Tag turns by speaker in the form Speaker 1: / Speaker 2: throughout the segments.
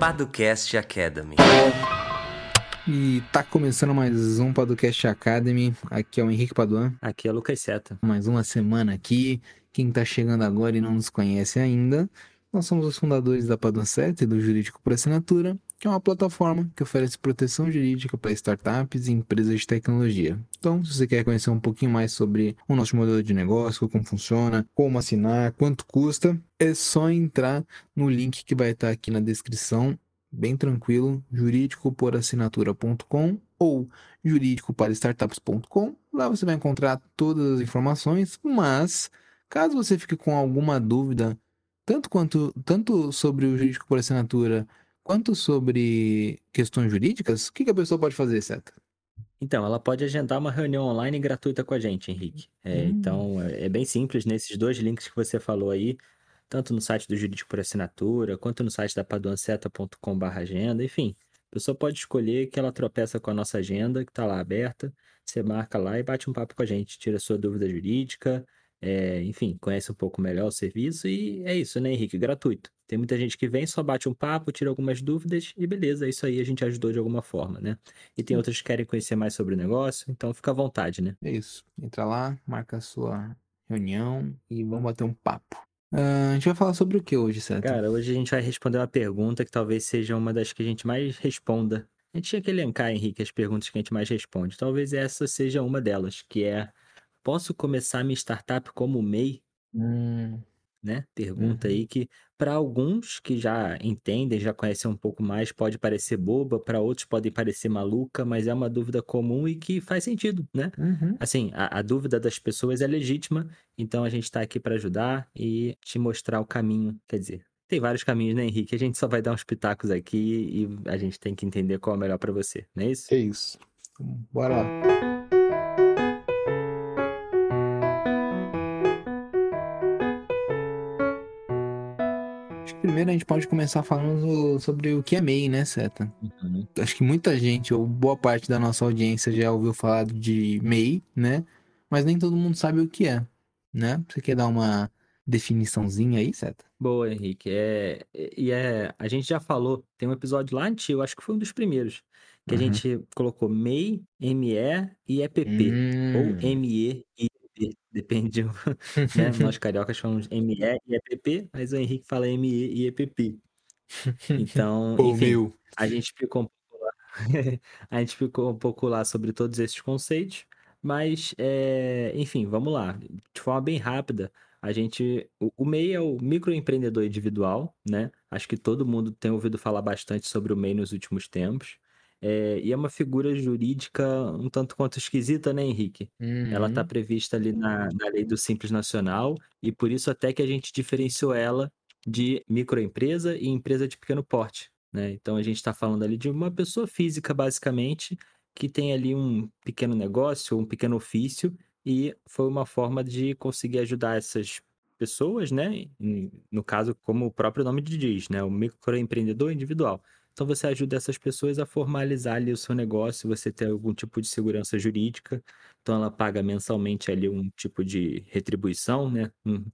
Speaker 1: Paducast Academy.
Speaker 2: E tá começando mais um Paducast Academy. Aqui é o Henrique Paduan.
Speaker 3: Aqui é o Lucas Seta.
Speaker 2: Mais uma semana aqui. Quem tá chegando agora e não nos conhece ainda, nós somos os fundadores da Paduan Seta e do Jurídico por Assinatura, que é uma plataforma que oferece proteção jurídica para startups e empresas de tecnologia. Então, se você quer conhecer um pouquinho mais sobre o nosso modelo de negócio, como funciona, como assinar, quanto custa, é só entrar no link que vai estar aqui na descrição. Bem tranquilo, juridicoporassinatura.com ou juridicoparastartups.com. Lá você vai encontrar todas as informações, mas caso você fique com alguma dúvida, tanto sobre o jurídico por assinatura, quanto sobre questões jurídicas, o que a pessoa pode fazer, Seta?
Speaker 3: Então, ela pode agendar uma reunião online gratuita com a gente, Henrique. Então, é bem simples, nesses dois links que você falou aí, tanto no site do Jurídico por Assinatura, quanto no site da paduanceta.com/agenda, enfim. A pessoa pode escolher que ela tropeça com a nossa agenda, que está lá aberta, você marca lá e bate um papo com a gente, tira a sua dúvida jurídica, enfim, conhece um pouco melhor o serviço e é isso, né, Henrique? Gratuito. Tem muita gente que vem, só bate um papo, tira algumas dúvidas e beleza, é isso aí, a gente ajudou de alguma forma, né? E tem outras que querem conhecer mais sobre o negócio, então fica à vontade, né?
Speaker 2: É isso. Entra lá, marca a sua reunião e vamos bater um papo. A gente vai falar sobre o que hoje, Seta?
Speaker 3: Cara, hoje a gente vai responder uma pergunta que talvez seja uma das que a gente mais responda. A gente tinha que elencar, Henrique, as perguntas que a gente mais responde. Talvez essa seja uma delas, que é: posso começar minha startup como MEI? Né? Pergunta aí que, para alguns que já entendem, já conhecem um pouco mais, pode parecer boba, para outros pode parecer maluca, mas é uma dúvida comum e que faz sentido, né? Assim, a dúvida das pessoas é legítima, então a gente está aqui para ajudar e te mostrar o caminho. Quer dizer, tem vários caminhos, né, Henrique? A gente só vai dar uns pitacos aqui e a gente tem que entender qual é o melhor para você, não é isso?
Speaker 2: É isso. Bora lá. Acho que primeiro a gente pode começar falando sobre o que é MEI, né, Seta? Acho que muita gente, ou boa parte da nossa audiência já ouviu falar de MEI, né? Mas nem todo mundo sabe o que é, né? Você quer dar uma definiçãozinha aí, Seta?
Speaker 3: Boa, Henrique. A gente já falou, tem um episódio lá antigo, acho que foi um dos primeiros, que a gente colocou MEI, ME e EPP, ou ME e EPP, depende, né? Nós cariocas chamamos ME e EPP, mas o Henrique fala ME e EPP. Então,
Speaker 2: Pô,
Speaker 3: enfim,
Speaker 2: meu.
Speaker 3: a gente ficou um pouco lá, a gente ficou um pouco lá sobre todos esses conceitos, mas, enfim, vamos lá. De forma bem rápida, o MEI é o microempreendedor individual, né? Acho que todo mundo tem ouvido falar bastante sobre o MEI nos últimos tempos. E é uma figura jurídica um tanto quanto esquisita, né, Henrique? Ela está prevista ali na lei do Simples Nacional, e por isso até que a gente diferenciou ela de microempresa e empresa de pequeno porte, né? Então a gente está falando ali de uma pessoa física, basicamente, que tem ali um pequeno negócio, um pequeno ofício, e foi uma forma de conseguir ajudar essas pessoas, né? No caso, como o próprio nome diz, né? O microempreendedor individual. Então você ajuda essas pessoas a formalizar ali o seu negócio, você ter algum tipo de segurança jurídica. Então ela paga mensalmente ali um tipo de retribuição, né?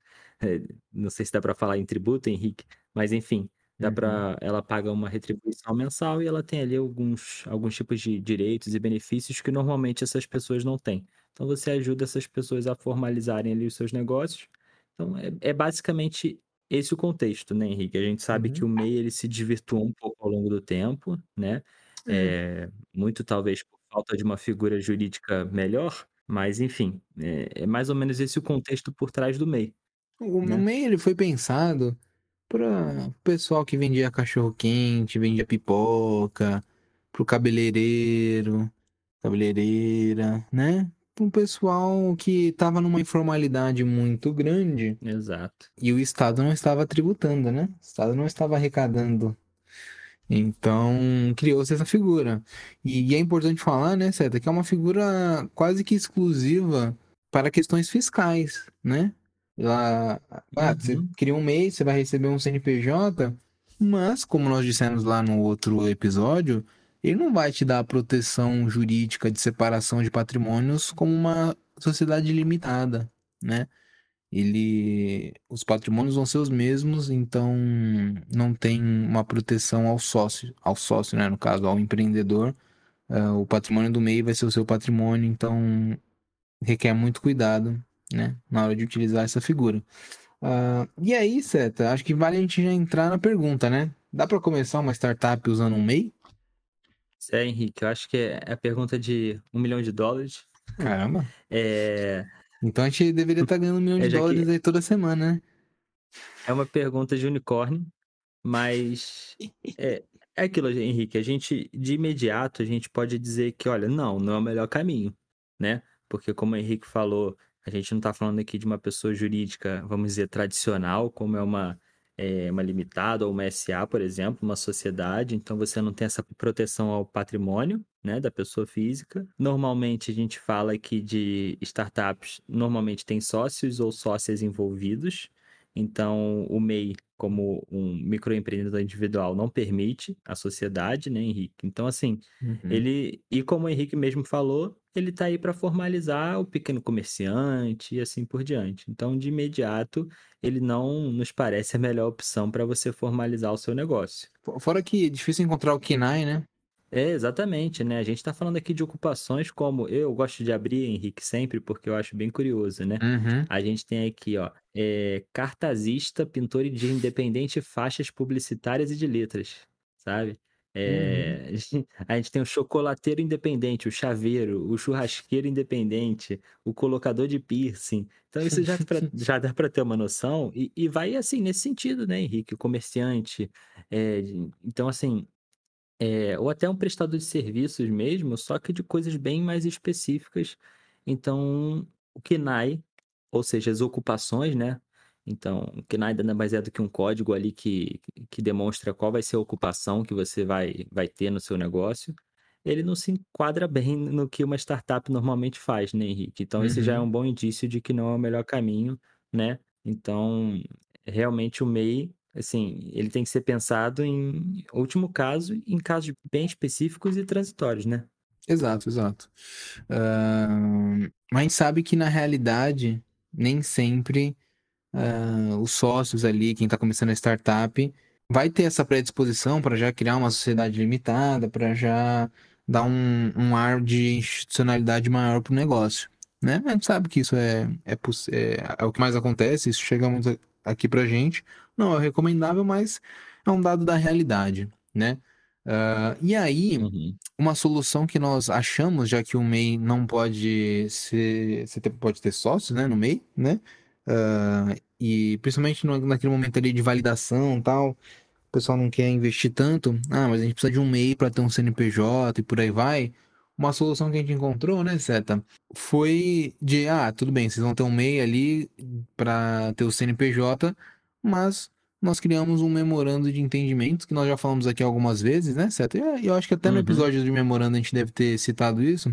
Speaker 3: Não sei se dá para falar em tributo, Henrique, mas enfim, ela paga uma retribuição mensal e ela tem ali alguns tipos de direitos e benefícios que normalmente essas pessoas não têm. Então você ajuda essas pessoas a formalizarem ali os seus negócios. Então é basicamente esse o contexto, né, Henrique? A gente sabe que o MEI ele se desvirtuou um pouco ao longo do tempo, né? Muito talvez por falta de uma figura jurídica melhor, mas enfim, é mais ou menos esse o contexto por trás do MEI,
Speaker 2: O
Speaker 3: né?
Speaker 2: MEI ele foi pensado para o pessoal que vendia cachorro-quente, vendia pipoca, pro cabeleireira, né? Um pessoal que tava numa informalidade muito grande
Speaker 3: Exato.
Speaker 2: e o Estado não estava tributando, né? O Estado não estava arrecadando. Então, criou-se essa figura. E é importante falar, né, Seta, que é uma figura quase que exclusiva para questões fiscais, né? Você cria um MEI, você vai receber um CNPJ, mas, como nós dissemos lá no outro episódio, ele não vai te dar a proteção jurídica de separação de patrimônios como uma sociedade limitada, né? os patrimônios vão ser os mesmos, então não tem uma proteção ao sócio, né, no caso, ao empreendedor. O patrimônio do MEI vai ser o seu patrimônio, então requer muito cuidado, né, na hora de utilizar essa figura. E aí, Seta, acho que vale a gente já entrar na pergunta, né? Dá para começar uma startup usando um MEI?
Speaker 3: Henrique, eu acho que é a pergunta de US$ 1 milhão.
Speaker 2: Caramba.
Speaker 3: É,
Speaker 2: Então a gente deveria estar ganhando
Speaker 3: já
Speaker 2: US$ 1 milhão
Speaker 3: que
Speaker 2: aí toda semana, né?
Speaker 3: é uma pergunta de unicórnio, mas é, é aquilo, Henrique. A gente, de imediato, a gente pode dizer que, olha, não é o melhor caminho, né? Porque, como o Henrique falou, a gente não está falando aqui de uma pessoa jurídica, vamos dizer, tradicional, como uma limitada ou uma SA, por exemplo, uma sociedade. Então, você não tem essa proteção ao patrimônio, né, da pessoa física. Normalmente, a gente fala aqui de startups, normalmente tem sócios ou sócias envolvidos. Então, o MEI, como um microempreendedor individual, não permite a sociedade, né, Henrique? Então, assim,
Speaker 2: Uhum.
Speaker 3: e como o Henrique mesmo falou, ele está aí para formalizar o pequeno comerciante e assim por diante. Então, de imediato, ele não nos parece a melhor opção para você formalizar o seu negócio.
Speaker 2: Fora que é difícil encontrar o KINAI, né?
Speaker 3: É, exatamente, né? A gente está falando aqui de ocupações como eu gosto de abrir, Henrique, sempre, porque eu acho bem curioso, né?
Speaker 2: Uhum.
Speaker 3: A gente tem aqui, ó, cartazista, pintor de independente, faixas publicitárias e de letras, sabe?
Speaker 2: Uhum.
Speaker 3: A gente tem o chocolateiro independente, o chaveiro, o churrasqueiro independente, o colocador de piercing. Então, isso já dá para ter uma noção, e vai assim, nesse sentido, né, Henrique? O comerciante. Então, assim. Ou até um prestador de serviços mesmo, só que de coisas bem mais específicas. Então, o KNAI, ou seja, as ocupações, né? Então, o KNAI nada mais é do que um código ali que demonstra qual vai ser a ocupação que você vai ter no seu negócio. Ele não se enquadra bem no que uma startup normalmente faz, né, Henrique? Então, esse já é um
Speaker 2: Uhum.
Speaker 3: bom indício de que não é o melhor caminho, né? Então, realmente o MEI, assim, ele tem que ser pensado em último caso, em casos bem específicos e transitórios, né?
Speaker 2: Exato, exato. Mas a gente sabe que na realidade, nem sempre os sócios ali, quem está começando a startup, vai ter essa predisposição para já criar uma sociedade limitada, para já dar um ar de institucionalidade maior para o negócio. Né? A gente sabe que isso é o que mais acontece, isso chega muito aqui para gente. Não é o recomendável, mas é um dado da realidade, né? E aí,
Speaker 3: Uhum,
Speaker 2: uma solução que nós achamos, já que o MEI não pode ser, pode ter sócios, né, no MEI, né? E principalmente naquele momento ali de validação e tal, o pessoal não quer investir tanto. Mas a gente precisa de um MEI para ter um CNPJ e por aí vai. Uma solução que a gente encontrou, né, Seta, foi tudo bem, vocês vão ter um MEI ali para ter o CNPJ, mas nós criamos um memorando de entendimento, que nós já falamos aqui algumas vezes, né, Seta? E eu acho que até no
Speaker 3: uhum,
Speaker 2: episódio de memorando a gente deve ter citado isso,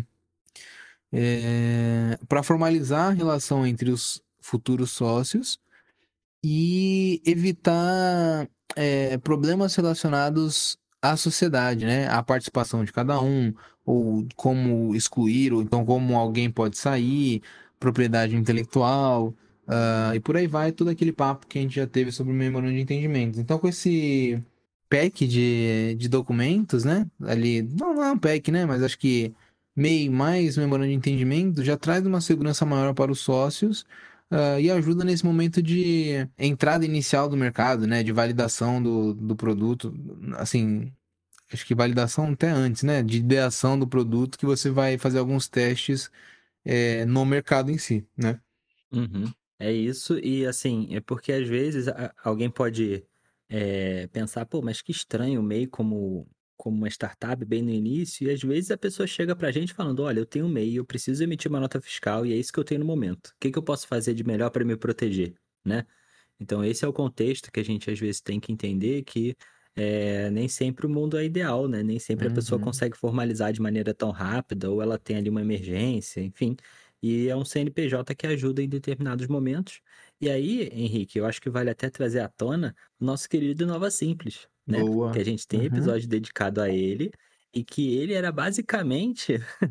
Speaker 2: para formalizar a relação entre os futuros sócios e evitar problemas relacionados à sociedade, né? À participação de cada um, ou como excluir, ou então como alguém pode sair, propriedade intelectual, e por aí vai, todo aquele papo que a gente já teve sobre o memorando de entendimento. Então, com esse pack de documentos, né? Ali, não é um pack, né? Mas acho que MEI mais memorando de entendimento já traz uma segurança maior para os sócios e ajuda nesse momento de entrada inicial do mercado, né? De validação do produto. Assim, acho que validação até antes, né? De ideação do produto que você vai fazer alguns testes no mercado em si, né?
Speaker 3: uhum. É isso, e assim, é porque às vezes alguém pode pensar, pô, mas que estranho o MEI como uma startup bem no início, e às vezes a pessoa chega pra gente falando, olha, eu tenho um MEI, eu preciso emitir uma nota fiscal, e é isso que eu tenho no momento. O que que eu posso fazer de melhor para me proteger, né? Então, esse é o contexto que a gente às vezes tem que entender que nem sempre o mundo é ideal, né? Nem sempre a pessoa
Speaker 2: Uhum.
Speaker 3: consegue formalizar de maneira tão rápida, ou ela tem ali uma emergência, enfim. E é um CNPJ que ajuda em determinados momentos. E aí, Henrique, eu acho que vale até trazer à tona o nosso querido Nova Simples, né? Que a
Speaker 2: Boa.
Speaker 3: gente tem
Speaker 2: Uhum.
Speaker 3: episódio dedicado a ele, e que ele era basicamente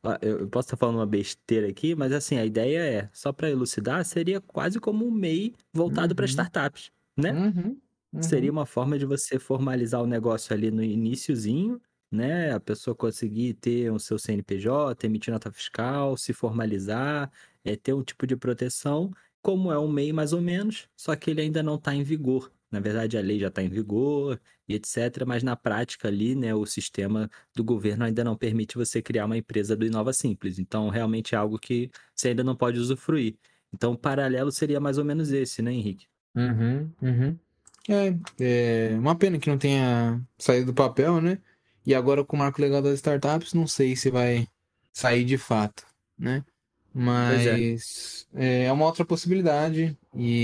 Speaker 3: Eu posso estar falando uma besteira aqui, mas assim, a ideia é, só para elucidar, seria quase como um MEI voltado para
Speaker 2: Uhum,
Speaker 3: startups, né?
Speaker 2: uhum,
Speaker 3: Seria
Speaker 2: uhum.
Speaker 3: uma forma de você formalizar o negócio ali no iniciozinho, né? A pessoa conseguir ter o seu CNPJ, emitir nota fiscal, se formalizar, ter um tipo de proteção, como é um MEI mais ou menos, só que ele ainda não está em vigor. Na verdade, a lei já está em vigor e etc., mas na prática ali, né, o sistema do governo ainda não permite você criar uma empresa do Inova Simples. Então, realmente é algo que você ainda não pode usufruir. Então, o paralelo seria mais ou menos esse, né, Henrique?
Speaker 2: Uhum, uhum. É uma pena que não tenha saído do papel, né? E agora com o marco legal das startups, não sei se vai sair de fato, né?
Speaker 3: Pois é.
Speaker 2: Mas é uma outra possibilidade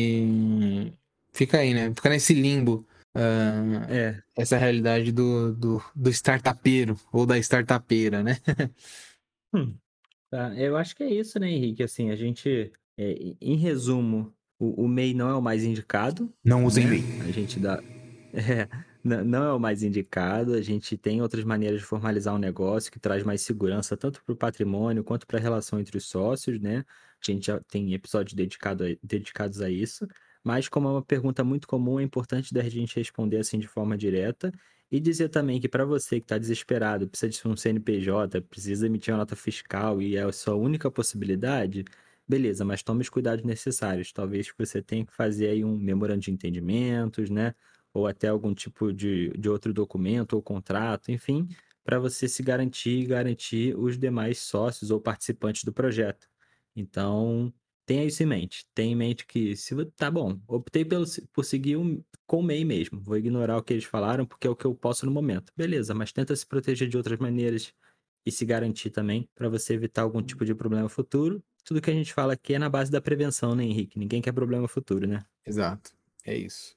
Speaker 2: e fica aí, né? Fica nesse limbo,
Speaker 3: É,
Speaker 2: essa realidade do startupeiro ou da startupeira, né?
Speaker 3: Hum, tá. Eu acho que é isso, né, Henrique? Assim, a gente, em resumo, o MEI não é o mais indicado,
Speaker 2: Não usem
Speaker 3: né?
Speaker 2: MEI.
Speaker 3: A gente dá. É, não é o mais indicado. A gente tem outras maneiras de formalizar um negócio que traz mais segurança, tanto para o patrimônio quanto para a relação entre os sócios, né? A gente já tem episódios dedicados a isso. Mas, como é uma pergunta muito comum, é importante da gente responder assim de forma direta. E dizer também que para você que está desesperado, precisa de um CNPJ, precisa emitir uma nota fiscal e é a sua única possibilidade, beleza, mas tome os cuidados necessários. Talvez você tenha que fazer aí um memorando de entendimentos, né? Ou até algum tipo de outro documento ou contrato, enfim, para você se garantir e garantir os demais sócios ou participantes do projeto. Então, tenha isso em mente. Tenha em mente que, se tá bom, optei por seguir com o MEI mesmo. Vou ignorar o que eles falaram porque é o que eu posso no momento. Beleza, mas tenta se proteger de outras maneiras e se garantir também para você evitar algum tipo de problema futuro. Tudo que a gente fala aqui é na base da prevenção, né, Henrique? Ninguém quer problema futuro, né?
Speaker 2: Exato. É isso.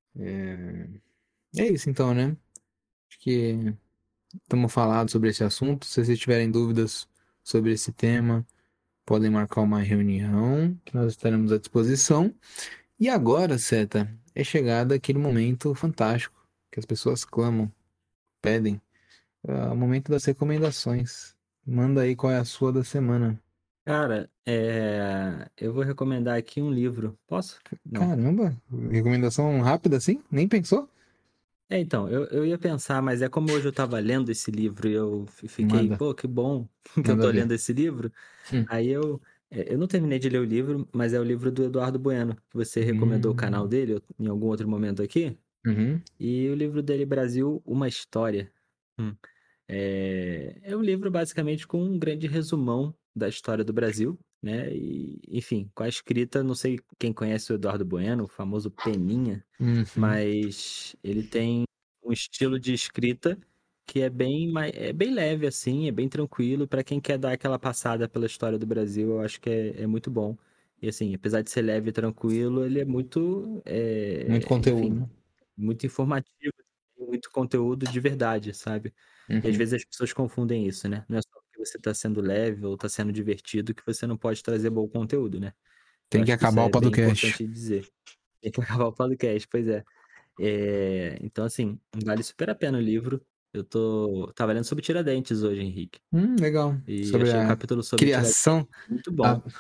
Speaker 2: É isso então, né? Acho que estamos falando sobre esse assunto. Se vocês tiverem dúvidas sobre esse tema, podem marcar uma reunião, que nós estaremos à disposição. E agora, Seta, é chegado aquele momento fantástico que as pessoas clamam, pedem, o momento das recomendações. Manda aí qual é a sua da semana.
Speaker 3: Cara, eu vou recomendar aqui um livro. Posso? Não.
Speaker 2: Caramba, recomendação rápida assim? Nem pensou?
Speaker 3: Então, eu ia pensar, mas é como hoje eu tava lendo esse livro e eu fiquei,
Speaker 2: Manda,
Speaker 3: pô, que bom que eu
Speaker 2: manda
Speaker 3: tô
Speaker 2: ver.
Speaker 3: lendo esse livro.
Speaker 2: Hum.
Speaker 3: Aí eu não terminei de ler o livro, mas é o livro do Eduardo Bueno, que você recomendou o canal
Speaker 2: Hum.
Speaker 3: dele em algum outro momento aqui.
Speaker 2: Uhum.
Speaker 3: E o livro dele, Brasil, Uma História. Hum. É um livro basicamente com um grande resumão da história do Brasil, né? E, enfim, com a escrita, não sei quem conhece o Eduardo Bueno, o famoso Peninha,
Speaker 2: Uhum.
Speaker 3: mas ele tem um estilo de escrita que é bem leve, assim, é bem tranquilo. Para quem quer dar aquela passada pela história do Brasil, eu acho que é muito bom. E assim, apesar de ser leve e tranquilo, ele é muito,
Speaker 2: Muito conteúdo,
Speaker 3: enfim,
Speaker 2: né?
Speaker 3: muito informativo, tem muito conteúdo de verdade, sabe? E às
Speaker 2: Uhum.
Speaker 3: vezes as pessoas confundem isso, né? Não é só porque você está sendo leve ou está sendo divertido que você não pode trazer bom conteúdo, né? Eu
Speaker 2: Tem que
Speaker 3: acho que isso
Speaker 2: acabar o
Speaker 3: é bem
Speaker 2: podcast.
Speaker 3: importante dizer. Tem que acabar o podcast, pois é. Então, assim, vale super a pena o livro. Tava lendo sobre Tiradentes hoje, Henrique.
Speaker 2: Legal.
Speaker 3: E
Speaker 2: Sobre
Speaker 3: achei o
Speaker 2: a
Speaker 3: capítulo sobre Tiradentes
Speaker 2: criação,
Speaker 3: muito
Speaker 2: a,
Speaker 3: bom.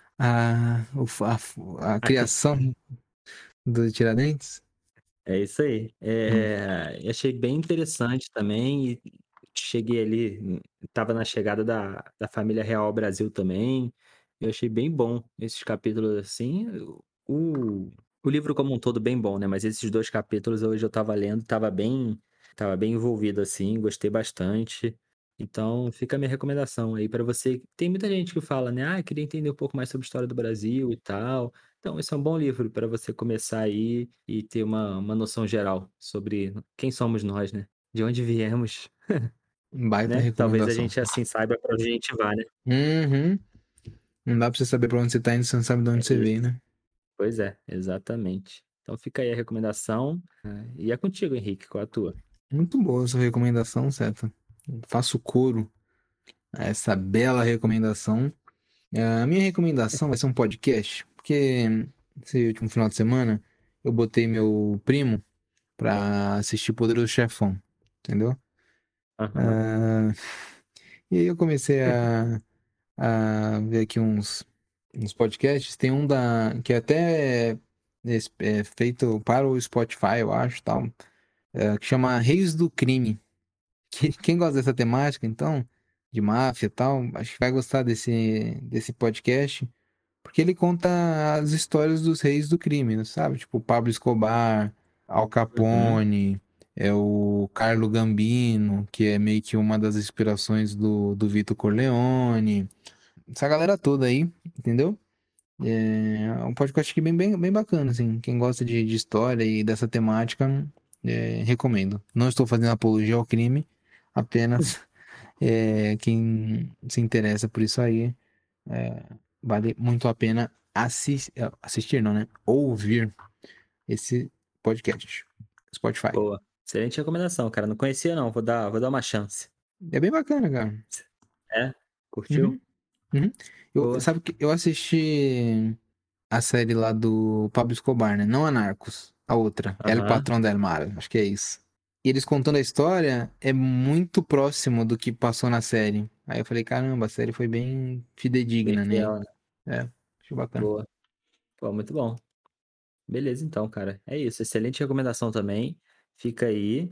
Speaker 2: a
Speaker 3: A cri-
Speaker 2: criação do Tiradentes.
Speaker 3: É isso aí.
Speaker 2: Hum.
Speaker 3: Eu achei bem interessante também. E cheguei ali, estava na chegada da família real ao Brasil também. Eu achei bem bom esses capítulos assim. O, o livro como um todo bem bom, né? Mas esses dois capítulos hoje eu estava lendo, tava bem envolvido assim, gostei bastante. Então fica a minha recomendação aí para você. Tem muita gente que fala, né? Ah, queria entender um pouco mais sobre a história do Brasil e tal. Então, esse é um bom livro para você começar aí e ter uma noção geral sobre quem somos nós, né? De onde viemos,
Speaker 2: Baita
Speaker 3: né? Talvez a
Speaker 2: recomendação.
Speaker 3: gente assim saiba para onde a gente vai, né?
Speaker 2: Uhum. Não dá pra você saber pra onde você tá indo, você não sabe de
Speaker 3: É
Speaker 2: onde você veio,
Speaker 3: isso.
Speaker 2: né?
Speaker 3: Pois é, exatamente. Então fica aí a recomendação. E é contigo, Henrique, qual a tua?
Speaker 2: Muito boa a sua recomendação, certo? Faço coro a essa bela recomendação. A minha recomendação vai ser um podcast, porque esse último final de semana eu botei meu primo pra assistir Poderoso Chefão, entendeu?
Speaker 3: Aham.
Speaker 2: Ah, E aí eu comecei a ver aqui uns podcasts. Tem um que é até é feito para o Spotify, eu acho, tal, que chama Reis do Crime. Quem gosta dessa temática, então, de máfia e tal, acho que vai gostar desse podcast, porque ele conta as histórias dos reis do crime, sabe? Tipo, Pablo Escobar, Al
Speaker 3: Uhum.
Speaker 2: Capone, é o Carlo Gambino, que é meio que uma das inspirações do Vito Corleone, essa galera toda aí, entendeu? É um podcast que bem bacana, assim. Quem gosta de história e dessa temática, recomendo. Não estou fazendo apologia ao crime, apenas quem se interessa por isso aí, é, vale muito a pena assistir, não, né? Ouvir esse podcast. Spotify.
Speaker 3: Boa. Excelente recomendação, cara. Não conhecia, não. Vou dar uma chance.
Speaker 2: É bem bacana, cara.
Speaker 3: É? Curtiu?
Speaker 2: Uhum, uhum.
Speaker 3: Boa.
Speaker 2: Sabe que eu assisti a série lá do Pablo Escobar, né? Não a Narcos, a outra. El
Speaker 3: Aham.
Speaker 2: Patrón del Mal, acho que é isso. E eles contando a história é muito próximo do que passou na série. Aí eu falei, caramba, a série foi bem
Speaker 3: Bem
Speaker 2: fidedigna, né?
Speaker 3: fiel, né?
Speaker 2: É, achei bacana.
Speaker 3: Boa. Pô, muito bom. Beleza, então, cara. É isso. Excelente recomendação também. Fica aí.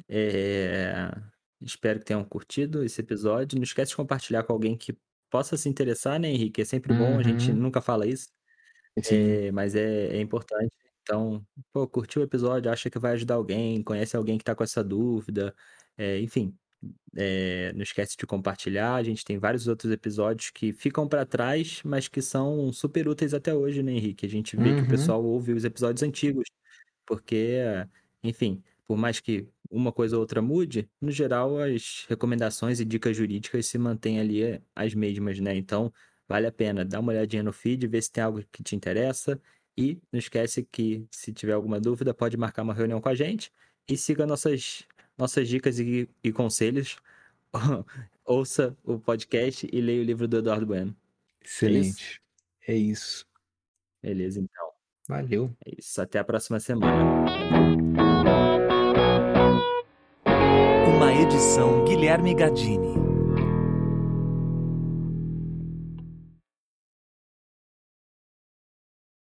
Speaker 3: Espero que tenham curtido esse episódio. Não esquece de compartilhar com alguém que possa se interessar, né, Henrique? É sempre bom, a gente
Speaker 2: Uhum,
Speaker 3: nunca fala isso,
Speaker 2: sim.
Speaker 3: mas é importante. Então, pô, curtiu o episódio, acha que vai ajudar alguém, conhece alguém que tá com essa dúvida, enfim. Não esquece de compartilhar. A gente tem vários outros episódios que ficam para trás, mas que são super úteis até hoje, né, Henrique? A gente vê que o
Speaker 2: Uhum,
Speaker 3: pessoal ouve os episódios antigos, porque, enfim, por mais que uma coisa ou outra mude, no geral as recomendações e dicas jurídicas se mantêm ali as mesmas, né? Então, vale a pena dar uma olhadinha no feed, ver se tem algo que te interessa. E não esquece que, se tiver alguma dúvida, pode marcar uma reunião com a gente e siga nossas dicas e conselhos. Ouça o podcast e leia o livro do Eduardo Bueno. É isso?
Speaker 2: excelente. É isso.
Speaker 3: Beleza, então.
Speaker 2: Valeu.
Speaker 3: É isso. Até a próxima semana. Valeu.
Speaker 1: Uma edição Guilherme Gadini.